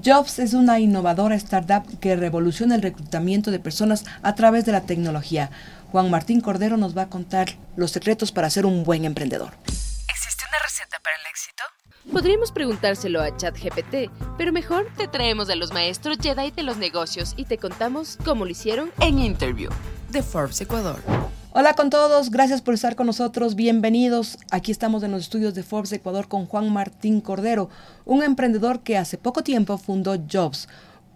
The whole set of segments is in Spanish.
Jobs es una innovadora startup que revoluciona el reclutamiento de personas a través de la tecnología. Juan Martín Cordero nos va a contar los secretos para ser un buen emprendedor. ¿Existe una receta para el éxito? Podríamos preguntárselo a ChatGPT, pero mejor te traemos a los maestros Jedi de los negocios y te contamos cómo lo hicieron En Interview, de Forbes Ecuador. Hola con todos, gracias por estar con nosotros, bienvenidos. Aquí estamos en los estudios de Forbes Ecuador con Juan Martín Cordero, un emprendedor que hace poco tiempo fundó Jobs,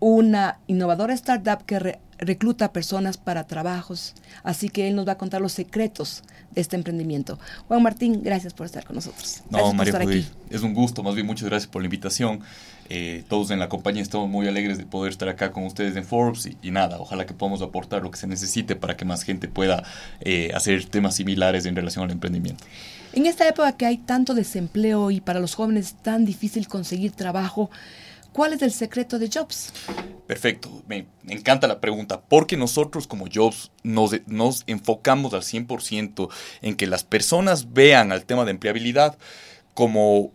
una innovadora startup que recluta personas para trabajos. Así que él nos va a contar los secretos de este emprendimiento. Juan Martín, gracias por estar con nosotros. No, María Judith, es un gusto, más bien muchas gracias por la invitación. Todos en la compañía estamos muy alegres de poder estar acá con ustedes en Forbes y nada, ojalá que podamos aportar lo que se necesite para que más gente pueda hacer temas similares en relación al emprendimiento. En esta época que hay tanto desempleo y para los jóvenes es tan difícil conseguir trabajo, ¿cuál es el secreto de Jobs? Perfecto, me encanta la pregunta, porque nosotros como Jobs nos enfocamos al 100% en que las personas vean al tema de empleabilidad como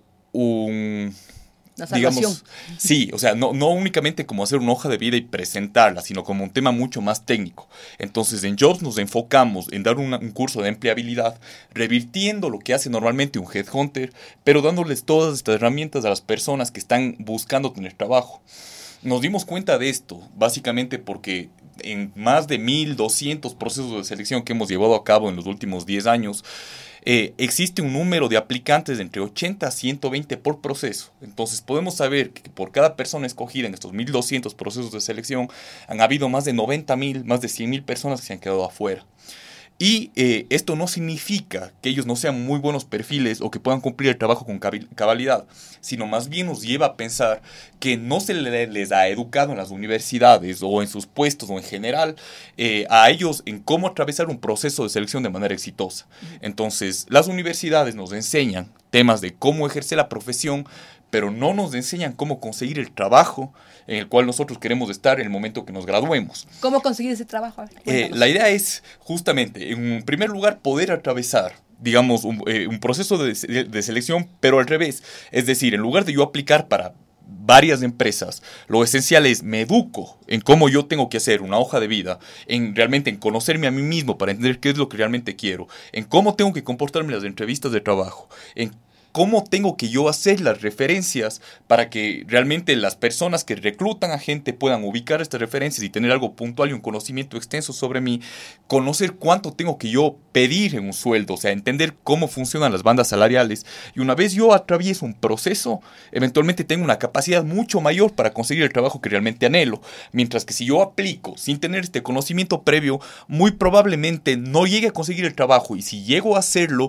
un... La salvación. Digamos, sí, o sea, no únicamente como hacer una hoja de vida y presentarla, sino como un tema mucho más técnico. Entonces, en Jobs nos enfocamos en dar un curso de empleabilidad, revirtiendo lo que hace normalmente un headhunter, pero dándoles todas estas herramientas a las personas que están buscando tener trabajo. Nos dimos cuenta de esto, básicamente porque en más de 1,200 procesos de selección que hemos llevado a cabo en los últimos 10 años, existe un número de aplicantes de entre 80 a 120 por proceso. Entonces podemos saber que por cada persona escogida en estos 1,200 procesos de selección han habido más de 90,000, más de 100,000 personas que se han quedado afuera. Y esto no significa que ellos no sean muy buenos perfiles o que puedan cumplir el trabajo con cabalidad, sino más bien nos lleva a pensar que no se les ha educado en las universidades o en sus puestos o en general a ellos en cómo atravesar un proceso de selección de manera exitosa. Entonces, las universidades nos enseñan temas de cómo ejercer la profesión, pero no nos enseñan cómo conseguir el trabajo en el cual nosotros queremos estar en el momento que nos graduemos. ¿Cómo conseguir ese trabajo? La idea es justamente, en primer lugar, poder atravesar, digamos, un proceso de selección, pero al revés. Es decir, en lugar de yo aplicar para varias empresas, lo esencial es me educo en cómo yo tengo que hacer una hoja de vida, realmente en conocerme a mí mismo para entender qué es lo que realmente quiero, en cómo tengo que comportarme en las entrevistas de trabajo, en cómo tengo que yo hacer las referencias para que realmente las personas que reclutan a gente puedan ubicar estas referencias y tener algo puntual y un conocimiento extenso sobre mí, conocer cuánto tengo que yo pedir en un sueldo, o sea, entender cómo funcionan las bandas salariales. Y una vez yo atravieso un proceso, eventualmente tengo una capacidad mucho mayor para conseguir el trabajo que realmente anhelo. Mientras que si yo aplico sin tener este conocimiento previo, muy probablemente no llegue a conseguir el trabajo. Y si llego a hacerlo,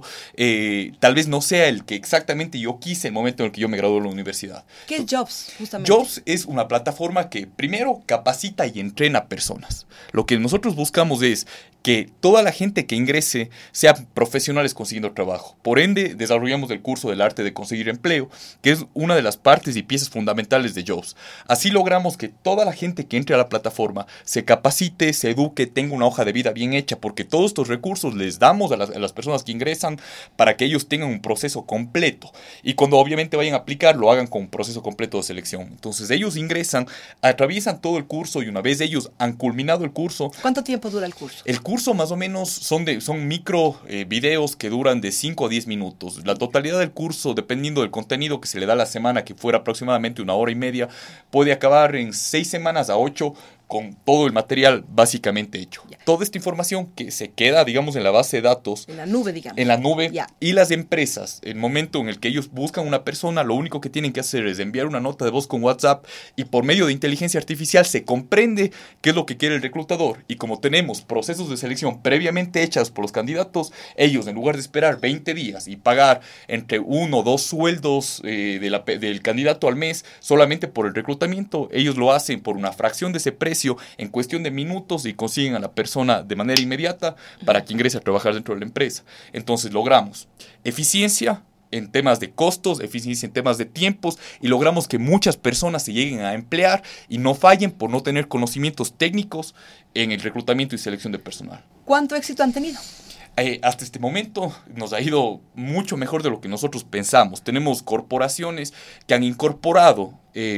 tal vez no sea el que exactamente yo quise en el momento en el que yo me gradué de la universidad. ¿Qué es Jobs, justamente? Jobs es una plataforma que primero capacita y entrena personas. Lo que nosotros buscamos es que toda la gente que ingrese sean profesionales consiguiendo trabajo. Por ende, desarrollamos el curso del arte de conseguir empleo, que es una de las partes y piezas fundamentales de Jobs. Así logramos que toda la gente que entre a la plataforma se capacite, se eduque, tenga una hoja de vida bien hecha, porque todos estos recursos les damos a las personas que ingresan para que ellos tengan un proceso completo. Y cuando obviamente vayan a aplicar, lo hagan con un proceso completo de selección. Entonces ellos ingresan, atraviesan todo el curso y una vez ellos han culminado el curso... ¿Cuánto tiempo dura el curso? El curso más o menos son micro videos que duran de 5 a 10 minutos. La totalidad del curso, dependiendo del contenido que se le da a la semana, que fuera aproximadamente 1 hora y media, puede acabar en 6 semanas a 8 con todo el material básicamente hecho. Ya. Toda esta información que se queda, digamos, en la base de datos. En la nube, digamos. En la nube. Ya. Y las empresas, el momento en el que ellos buscan una persona, lo único que tienen que hacer es enviar una nota de voz con WhatsApp y por medio de inteligencia artificial se comprende qué es lo que quiere el reclutador. Y como tenemos procesos de selección previamente hechos por los candidatos, ellos en lugar de esperar 20 días y pagar entre 1 o 2 sueldos del candidato al mes solamente por el reclutamiento, ellos lo hacen por una fracción de ese precio en cuestión de minutos y consiguen a la persona de manera inmediata para que ingrese a trabajar dentro de la empresa. Entonces logramos eficiencia en temas de costos, eficiencia en temas de tiempos y logramos que muchas personas se lleguen a emplear y no fallen por no tener conocimientos técnicos en el reclutamiento y selección de personal. ¿Cuánto éxito han tenido? Hasta este momento nos ha ido mucho mejor de lo que nosotros pensamos. Tenemos corporaciones que han incorporado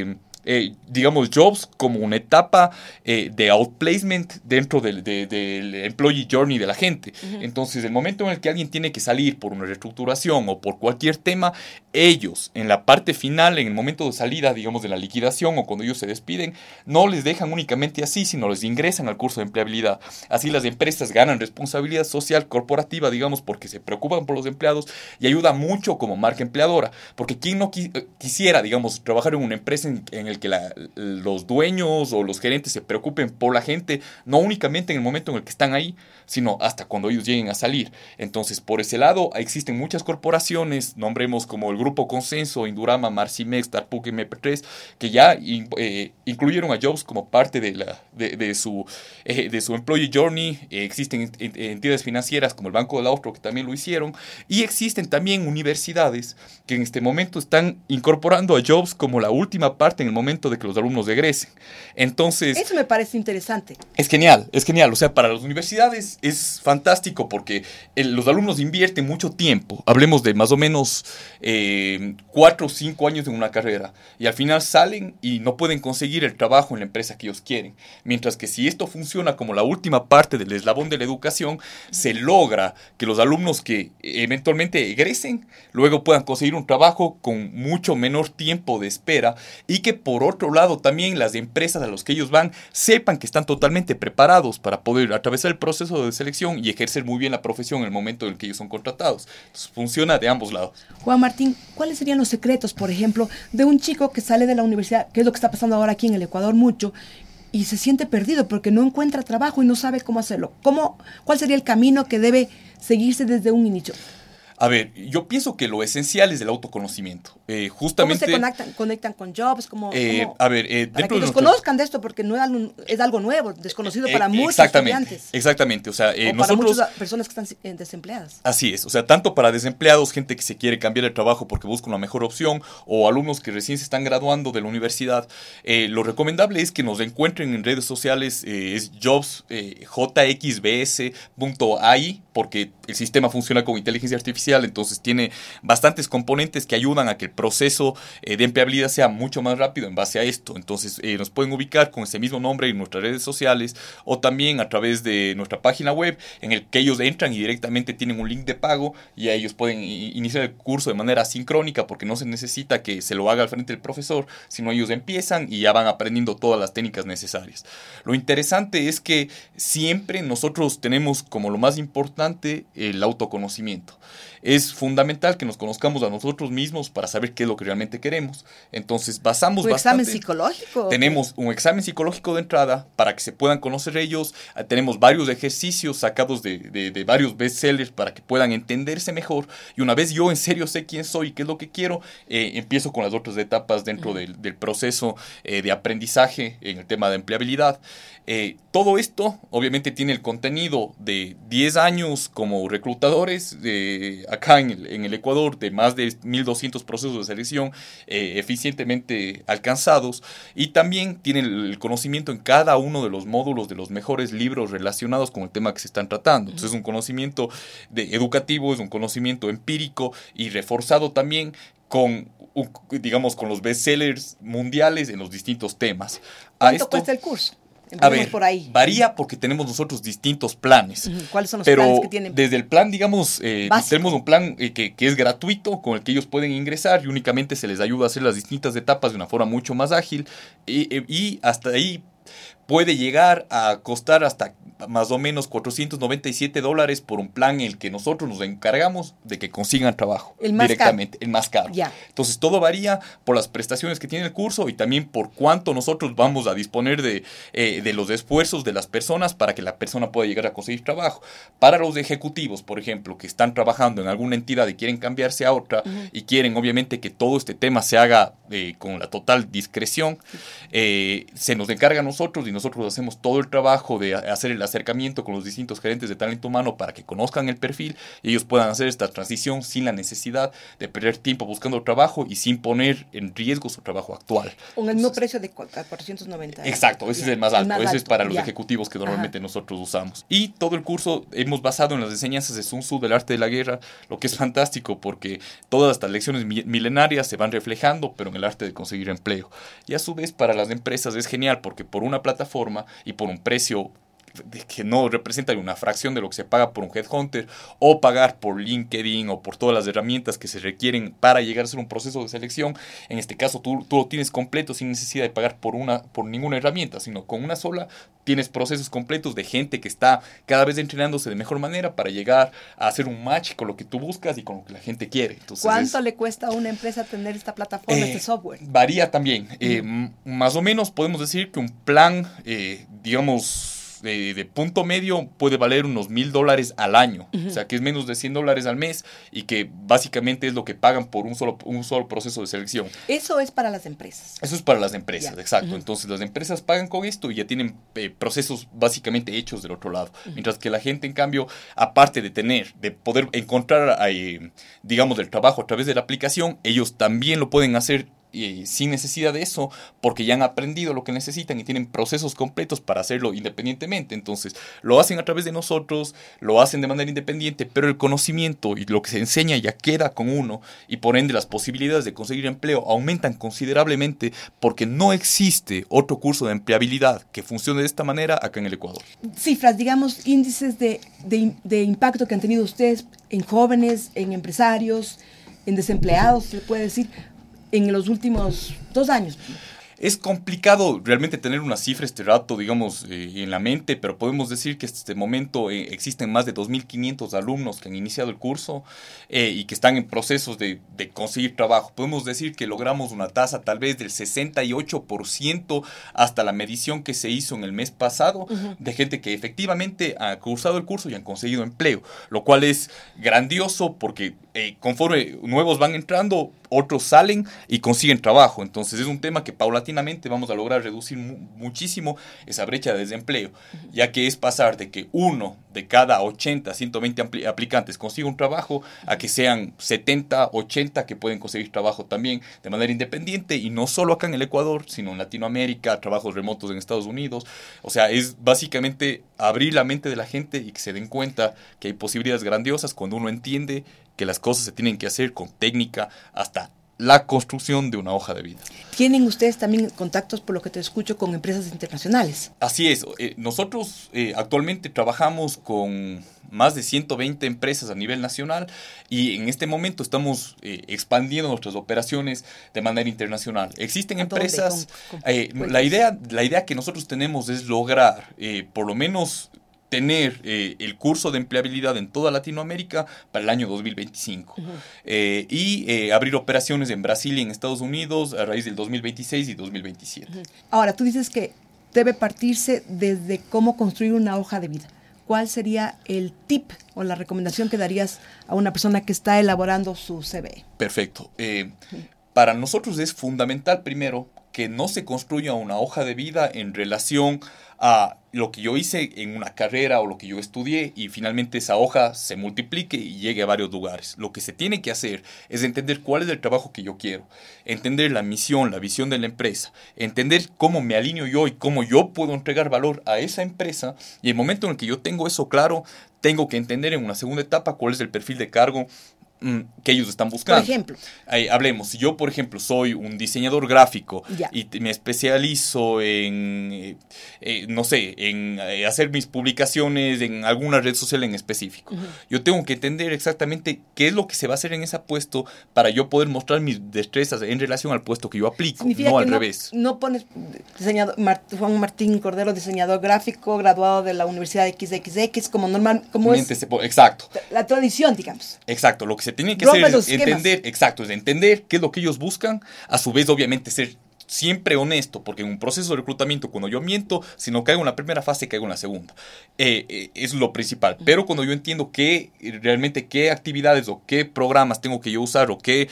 digamos, Jobs como una etapa de outplacement dentro del employee journey de la gente. Entonces, el momento en el que alguien tiene que salir por una reestructuración o por cualquier tema, ellos, en la parte final, en el momento de salida, digamos, de la liquidación o cuando ellos se despiden, no les dejan únicamente así, sino les ingresan al curso de empleabilidad. Así las empresas ganan responsabilidad social corporativa, digamos, porque se preocupan por los empleados y ayuda mucho como marca empleadora. Porque ¿quién no quisiera, digamos, trabajar en una empresa en el que los dueños o los gerentes se preocupen por la gente, no únicamente en el momento en el que están ahí, sino hasta cuando ellos lleguen a salir? Entonces, por ese lado, existen muchas corporaciones, nombremos como el Grupo Consenso, Indurama, Marcimex, Tarpuk, MP3, que ya incluyeron a Jobs como parte de su employee journey. Existen entidades financieras como el Banco del Austro que también lo hicieron, y existen también universidades que en este momento están incorporando a Jobs como la última parte en el momento de que los alumnos regresen. Entonces, eso me parece interesante. Es genial. O sea, para las universidades es fantástico porque los alumnos invierten mucho tiempo. Hablemos de más o menos 4 o 5 años en una carrera. Y al final salen y no pueden conseguir el trabajo en la empresa que ellos quieren. Mientras que si esto funciona como la última parte del eslabón de la educación, se logra que los alumnos que eventualmente egresen, luego puedan conseguir un trabajo con mucho menor tiempo de espera, y que por otro lado también las empresas a las que ellos van sepan que están totalmente preparados para poder atravesar el proceso de selección y ejercer muy bien la profesión en el momento en el que ellos son contratados. Entonces, funciona de ambos lados. Juan Martín, ¿cuáles serían los secretos, por ejemplo, de un chico que sale de la universidad, que es lo que está pasando ahora aquí en el Ecuador mucho, y se siente perdido porque no encuentra trabajo y no sabe cómo hacerlo? ¿Cuál sería el camino que debe seguirse desde un inicio? A ver, yo pienso que lo esencial es el autoconocimiento. Justamente, ¿Cómo se conectan con Jobs? A ver, para que los conozcan de esto, porque es algo nuevo, desconocido para muchos estudiantes. Exactamente, o sea, para muchas personas que están desempleadas. Así es, o sea, tanto para desempleados, gente que se quiere cambiar de trabajo porque busca una mejor opción, o alumnos que recién se están graduando de la universidad. Lo recomendable es que nos encuentren en redes sociales, es jobs, jxbs.ai, porque el sistema funciona con inteligencia artificial, entonces tiene bastantes componentes que ayudan a que el proceso de empleabilidad sea mucho más rápido en base a esto. Entonces nos pueden ubicar con ese mismo nombre en nuestras redes sociales, o también a través de nuestra página web, en el que ellos entran y directamente tienen un link de pago, y ellos pueden iniciar el curso de manera asincrónica, porque no se necesita que se lo haga al frente del profesor, sino ellos empiezan y ya van aprendiendo todas las técnicas necesarias. Lo interesante es que siempre nosotros tenemos como lo más importante el autoconocimiento. Es fundamental que nos conozcamos a nosotros mismos para saber qué es lo que realmente queremos. Entonces basamos ¿Un bastante. examen psicológico? Tenemos un examen psicológico de entrada para que se puedan conocer ellos. Tenemos varios ejercicios sacados de varios bestsellers para que puedan entenderse mejor. Y una vez yo en serio sé quién soy y qué es lo que quiero, empiezo con las otras etapas dentro del proceso de aprendizaje en el tema de empleabilidad. Todo esto obviamente tiene el contenido de 10 años como reclutadores acá en el Ecuador, de más de 1.200 procesos de selección eficientemente alcanzados, y también tiene el conocimiento en cada uno de los módulos de los mejores libros relacionados con el tema que se están tratando. Entonces es un conocimiento educativo, es un conocimiento empírico y reforzado también con los bestsellers mundiales en los distintos temas. ¿Cuánto cuesta el curso? Empecemos por ahí. Varía porque tenemos nosotros distintos planes. ¿Cuáles son los planes que tienen? Desde el plan, tenemos un plan que es gratuito, con el que ellos pueden ingresar y únicamente se les ayuda a hacer las distintas etapas de una forma mucho más ágil, y hasta ahí puede llegar a costar hasta más o menos $497 por un plan en el que nosotros nos encargamos de que consigan trabajo directamente, el más caro. Ya. Entonces todo varía por las prestaciones que tiene el curso y también por cuánto nosotros vamos a disponer de los esfuerzos de las personas para que la persona pueda llegar a conseguir trabajo. Para los ejecutivos, por ejemplo, que están trabajando en alguna entidad y quieren cambiarse a otra, y quieren obviamente que todo este tema se haga con la total discreción, se nos encarga a nosotros y nosotros hacemos todo el trabajo de hacer el acercamiento con los distintos gerentes de talento humano para que conozcan el perfil y ellos puedan hacer esta transición sin la necesidad de perder tiempo buscando trabajo y sin poner en riesgo su trabajo actual. Con el mismo precio de 490. Exacto, ese es el más alto. Ese es para los ya. ejecutivos que normalmente nosotros usamos. Y todo el curso hemos basado en las enseñanzas de Sun Tzu del arte de la guerra, lo que es fantástico porque todas estas lecciones milenarias se van reflejando, pero en el arte de conseguir empleo. Y a su vez para las empresas es genial porque por una plataforma y por un precio que no representa una fracción de lo que se paga por un headhunter o pagar por LinkedIn o por todas las herramientas que se requieren para llegar a hacer un proceso de selección. En este caso tú lo tienes completo sin necesidad de pagar por ninguna herramienta, sino con una sola tienes procesos completos de gente que está cada vez entrenándose de mejor manera para llegar a hacer un match con lo que tú buscas y con lo que la gente quiere. Entonces, ¿cuánto le cuesta a una empresa tener esta plataforma, este software? Varía también. Más o menos podemos decir que un plan, digamos, de punto medio puede valer unos $1,000 al año, o sea que es menos de $100 al mes y que básicamente es lo que pagan por un solo proceso de selección. Eso es para las empresas. Eso es para las empresas, Ya. exacto. Entonces las empresas pagan con esto y ya tienen procesos básicamente hechos del otro lado. Mientras que la gente, en cambio, aparte de poder encontrar, digamos, el trabajo a través de la aplicación, ellos también lo pueden hacer sin necesidad de eso, porque ya han aprendido lo que necesitan y tienen procesos completos para hacerlo independientemente. Entonces, lo hacen a través de nosotros, lo hacen de manera independiente, pero el conocimiento y lo que se enseña ya queda con uno y por ende las posibilidades de conseguir empleo aumentan considerablemente porque no existe otro curso de empleabilidad que funcione de esta manera acá en el Ecuador. Cifras, digamos, índices de impacto que han tenido ustedes en jóvenes, en empresarios, en desempleados, se puede decir, en los últimos 2 años. Es complicado realmente tener una cifra este rato, digamos, en la mente, pero podemos decir que hasta este momento existen más de 2.500 alumnos que han iniciado el curso y que están en procesos de conseguir trabajo. Podemos decir que logramos una tasa tal vez del 68% hasta la medición que se hizo en el mes pasado de gente que efectivamente ha cursado el curso y han conseguido empleo, lo cual es grandioso porque conforme nuevos van entrando, otros salen y consiguen trabajo. Entonces es un tema que paulatinamente vamos a lograr reducir muchísimo esa brecha de desempleo, ya que es pasar de que 1 de cada 80, 120 aplicantes consiga un trabajo a que sean 70, 80 que pueden conseguir trabajo también de manera independiente y no solo acá en el Ecuador, sino en Latinoamérica, trabajos remotos en Estados Unidos. O sea, es básicamente abrir la mente de la gente y que se den cuenta que hay posibilidades grandiosas cuando uno entiende que las cosas se tienen que hacer con técnica hasta la construcción de una hoja de vida. ¿Tienen ustedes también contactos, por lo que te escucho, con empresas internacionales? Así es. Nosotros actualmente trabajamos con más de 120 empresas a nivel nacional y en este momento estamos expandiendo nuestras operaciones de manera internacional. Existen empresas... la idea que nosotros tenemos es lograr por lo menos tener el curso de empleabilidad en toda Latinoamérica para el año 2025 y abrir operaciones en Brasil y en Estados Unidos a raíz del 2026 y 2027. Ahora, tú dices que debe partirse desde cómo construir una hoja de vida. ¿Cuál sería el tip o la recomendación que darías a una persona que está elaborando su CV? Perfecto. Para nosotros es fundamental primero que no se construya una hoja de vida en relación a lo que yo hice en una carrera o lo que yo estudié y finalmente esa hoja se multiplique y llegue a varios lugares. Lo que se tiene que hacer es entender cuál es el trabajo que yo quiero, entender la misión, la visión de la empresa, entender cómo me alineo yo y cómo yo puedo entregar valor a esa empresa y el momento en el que yo tengo eso claro, tengo que entender en una segunda etapa cuál es el perfil de cargo que ellos están buscando. Por ejemplo. Hablemos, si yo por ejemplo soy un diseñador gráfico Ya. y me especializo en, no sé, en hacer mis publicaciones en alguna red social en específico. Yo tengo que entender exactamente qué es lo que se va a hacer en ese puesto para yo poder mostrar mis destrezas en relación al puesto que yo aplico, Significa no que al revés. No pones Juan Martín Cordero, diseñador gráfico, graduado de la Universidad de XXX, como normal, como es Exacto. la tradición, digamos. Exacto, lo que se tiene que Rompe hacer los es entender, exacto, es entender qué es lo que ellos buscan, a su vez obviamente ser siempre honesto, porque en un proceso de reclutamiento, cuando yo miento, si no caigo en la primera fase, caigo en la segunda. Es lo principal. Pero cuando yo entiendo realmente qué actividades o qué programas tengo que yo usar o qué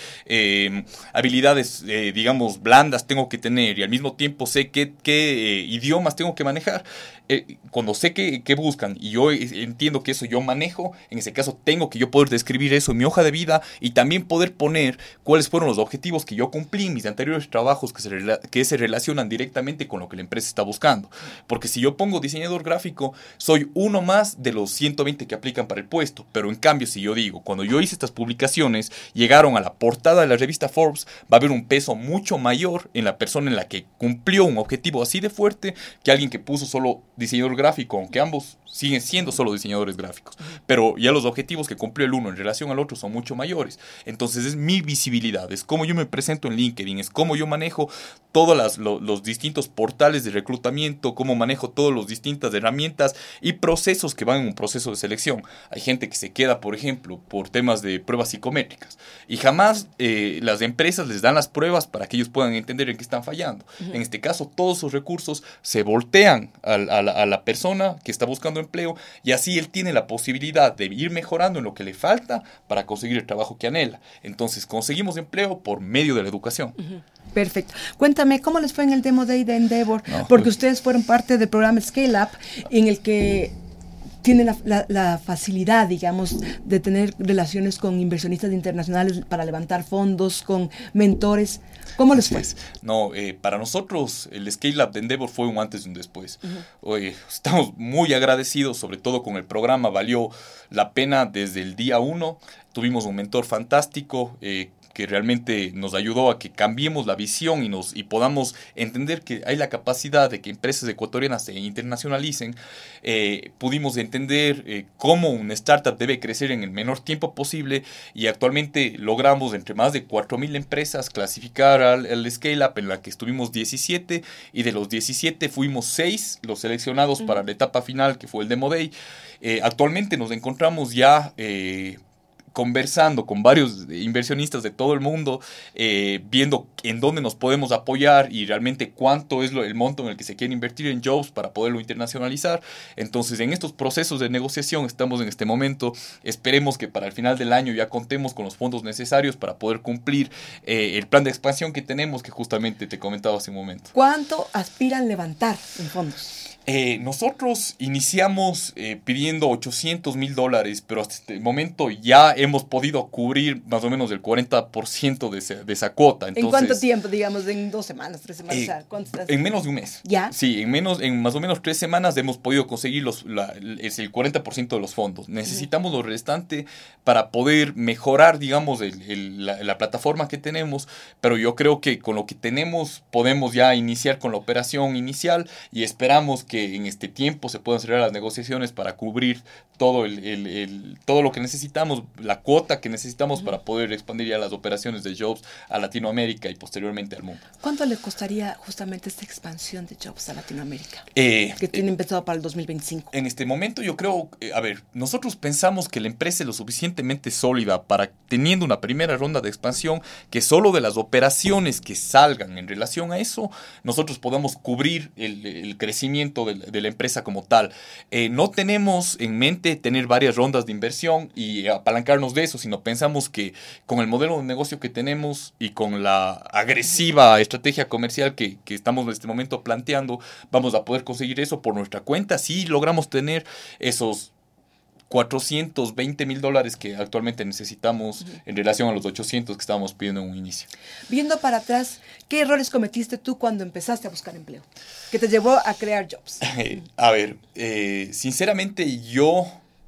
habilidades, digamos, blandas tengo que tener, y al mismo tiempo sé qué idiomas tengo que manejar, cuando sé qué buscan y yo entiendo que eso yo manejo, en ese caso tengo que yo poder describir eso en mi hoja de vida y también poder poner cuáles fueron los objetivos que yo cumplí en mis anteriores trabajos que se relacionan directamente con lo que la empresa está buscando. Porque si yo pongo diseñador gráfico, soy uno más de los 120 que aplican para el puesto. Pero en cambio, si yo digo, cuando yo hice estas publicaciones, llegaron a la portada de la revista Forbes, va a haber un peso mucho mayor en la persona en la que cumplió un objetivo así de fuerte que alguien que puso solo diseñador gráfico, aunque ambos siguen siendo solo diseñadores gráficos. Pero ya los objetivos que cumplió el uno en relación al otro son mucho mayores. Entonces es mi visibilidad, es cómo yo me presento en LinkedIn, es cómo yo manejo todos los distintos portales de reclutamiento, cómo manejo todas las distintas herramientas y procesos que van en un proceso de selección. Hay gente que se queda, por ejemplo, por temas de pruebas psicométricas y jamás las empresas les dan las pruebas para que ellos puedan entender en qué están fallando. En este caso, todos esos recursos se voltean a la persona que está buscando empleo y así él tiene la posibilidad de ir mejorando en lo que le falta para conseguir el trabajo que anhela. Entonces, conseguimos empleo por medio de la educación. Perfecto. Cuéntame, ¿cómo les fue en el Demo Day de Endeavor? No, porque pues, ustedes fueron parte del programa Scale Up, en el que tienen la facilidad, digamos, de tener relaciones con inversionistas internacionales para levantar fondos, con mentores. ¿Cómo les fue? No, para nosotros el Scale Up de Endeavor fue un antes y un después. Estamos muy agradecidos, sobre todo con el programa, valió la pena desde el día 1. Tuvimos un mentor fantástico que realmente nos ayudó a que cambiemos la visión y podamos entender que hay la capacidad de que empresas ecuatorianas se internacionalicen. Pudimos entender cómo una startup debe crecer en el menor tiempo posible y actualmente logramos entre más de 4,000 empresas clasificar al Scale Up, en la que estuvimos 17 y de los 17 fuimos 6 los seleccionados para la etapa final, que fue el Demo Day. Actualmente nos encontramos ya conversando con varios inversionistas de todo el mundo, viendo en dónde nos podemos apoyar y realmente cuánto es el monto en el que se quiere invertir en Jobs para poderlo internacionalizar. Entonces, en estos procesos de negociación estamos en este momento. Esperemos que para el final del año ya contemos con los fondos necesarios para poder cumplir el plan de expansión que tenemos, que justamente te comentaba hace un momento. ¿Cuánto aspiran levantar en fondos? Nosotros iniciamos pidiendo $800,000, pero hasta este momento ya hemos podido cubrir más o menos el 40% de esa cuota. Entonces, ¿en cuánto tiempo, digamos? ¿En 2 semanas, 3 semanas? En menos de un mes. ¿Ya? Sí, en más o menos 3 semanas hemos podido conseguir el 40% de los fondos. Necesitamos lo restante para poder mejorar, digamos, la plataforma que tenemos, pero yo creo que con lo que tenemos podemos ya iniciar con la operación inicial y esperamos que en este tiempo se puedan cerrar las negociaciones para cubrir todo todo lo que necesitamos, la cuota que necesitamos para poder expandir ya las operaciones de Jobs a Latinoamérica y posteriormente al mundo. ¿Cuánto le costaría justamente esta expansión de Jobs a Latinoamérica? Que tiene empezado para el 2025. En este momento yo creo, nosotros pensamos que la empresa es lo suficientemente sólida para, teniendo una primera ronda de expansión, que solo de las operaciones que salgan en relación a eso, nosotros podamos cubrir el crecimiento de la empresa como tal. No tenemos en mente tener varias rondas de inversión y apalancarnos de eso, sino pensamos que con el modelo de negocio que tenemos y con la agresiva estrategia comercial que estamos en este momento planteando, vamos a poder conseguir eso por nuestra cuenta si logramos tener esos $420,000 que actualmente necesitamos en relación a los 800 que estábamos pidiendo en un inicio. Viendo para atrás, ¿qué errores cometiste tú cuando empezaste a buscar empleo? ¿Qué te llevó a crear Jobs? Sinceramente yo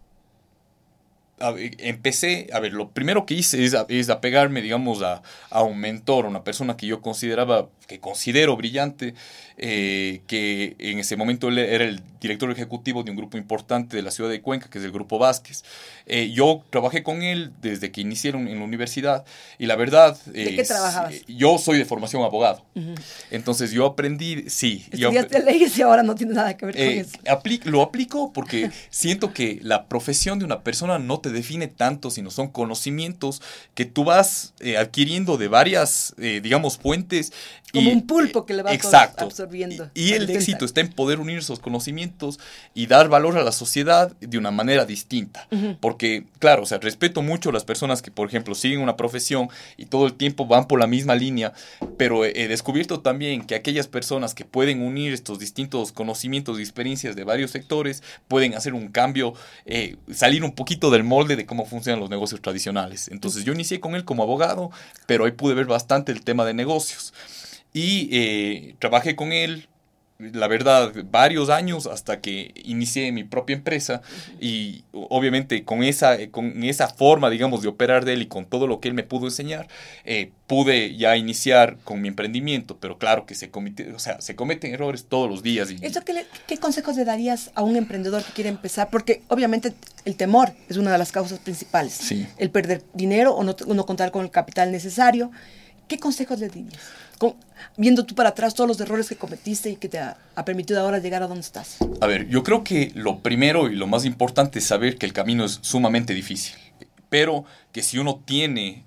empecé, lo primero que hice es apegarme, digamos, a un mentor, una persona que yo considero brillante, que en ese momento él era el director ejecutivo de un grupo importante de la ciudad de Cuenca, que es el Grupo Vázquez. Yo trabajé con él desde que inicié en la universidad y la verdad... ¿De qué trabajabas? Yo soy de formación abogado. Uh-huh. Entonces yo aprendí, Estudiaste leyes y ahora no tiene nada que ver con eso. Lo aplico porque siento que la profesión de una persona no te define tanto, sino son conocimientos que tú vas adquiriendo de varias, digamos, fuentes Como un pulpo que le vas absorbiendo. Y el éxito está en poder unir esos conocimientos y dar valor a la sociedad de una manera distinta. Porque, claro, o sea, respeto mucho a las personas que, por ejemplo, siguen una profesión y todo el tiempo van por la misma línea, pero he descubierto también que aquellas personas que pueden unir estos distintos conocimientos y experiencias de varios sectores pueden hacer un cambio, salir un poquito del molde de cómo funcionan los negocios tradicionales. Entonces, yo inicié con él como abogado, pero ahí pude ver bastante el tema de negocios. Y trabajé con él, la verdad, varios años hasta que inicié mi propia empresa y obviamente con esa forma, digamos, de operar de él y con todo lo que él me pudo enseñar, pude ya iniciar con mi emprendimiento, pero claro que se cometen errores todos los días. ¿Qué consejos le darías a un emprendedor que quiere empezar? Porque obviamente el temor es una de las causas principales. Sí. El perder dinero o no contar con el capital necesario. ¿Qué consejos le dirías? Viendo tú para atrás todos los errores que cometiste y que te ha permitido ahora llegar a donde estás. A ver, yo creo que lo primero y lo más importante es saber que el camino es sumamente difícil, pero que si uno tiene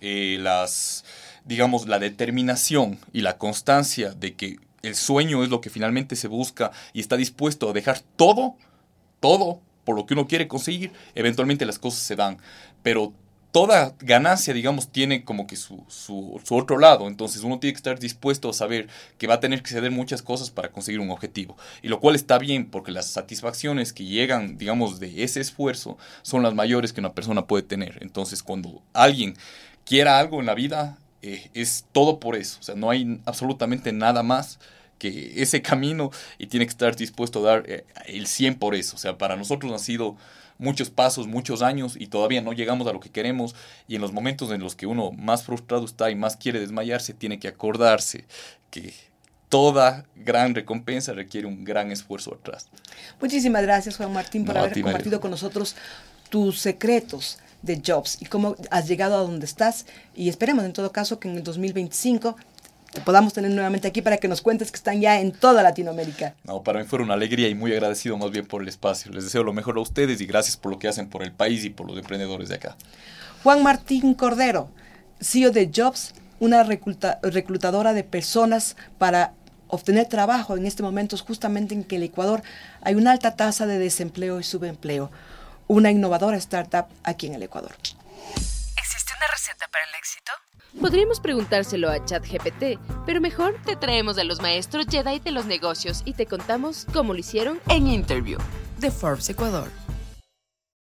la determinación y la constancia de que el sueño es lo que finalmente se busca y está dispuesto a dejar todo por lo que uno quiere conseguir, eventualmente las cosas se dan, pero toda ganancia, digamos, tiene como que su otro lado. Entonces uno tiene que estar dispuesto a saber que va a tener que ceder muchas cosas para conseguir un objetivo. Y lo cual está bien porque las satisfacciones que llegan, digamos, de ese esfuerzo son las mayores que una persona puede tener. Entonces cuando alguien quiera algo en la vida, es todo por eso. O sea, no hay absolutamente nada más que ese camino y tiene que estar dispuesto a dar el 100 por eso. O sea, para nosotros han sido muchos pasos, muchos años y todavía no llegamos a lo que queremos, y en los momentos en los que uno más frustrado está y más quiere desmayarse, tiene que acordarse que toda gran recompensa requiere un gran esfuerzo atrás. Muchísimas gracias, Juan Martín, por haber compartido con nosotros tus secretos de Jobs y cómo has llegado a donde estás, y esperemos en todo caso que en el 2025 te podamos tener nuevamente aquí para que nos cuentes que están ya en toda Latinoamérica. No, para mí fue una alegría y muy agradecido más bien por el espacio. Les deseo lo mejor a ustedes y gracias por lo que hacen por el país y por los emprendedores de acá. Juan Martín Cordero, CEO de Jobs, una reclutadora de personas para obtener trabajo en este momento, justamente en que el Ecuador hay una alta tasa de desempleo y subempleo. Una innovadora startup aquí en el Ecuador. ¿Existe una receta para el éxito? Podríamos preguntárselo a ChatGPT, pero mejor te traemos a los maestros Jedi de los negocios y te contamos cómo lo hicieron En Interview, de Forbes Ecuador.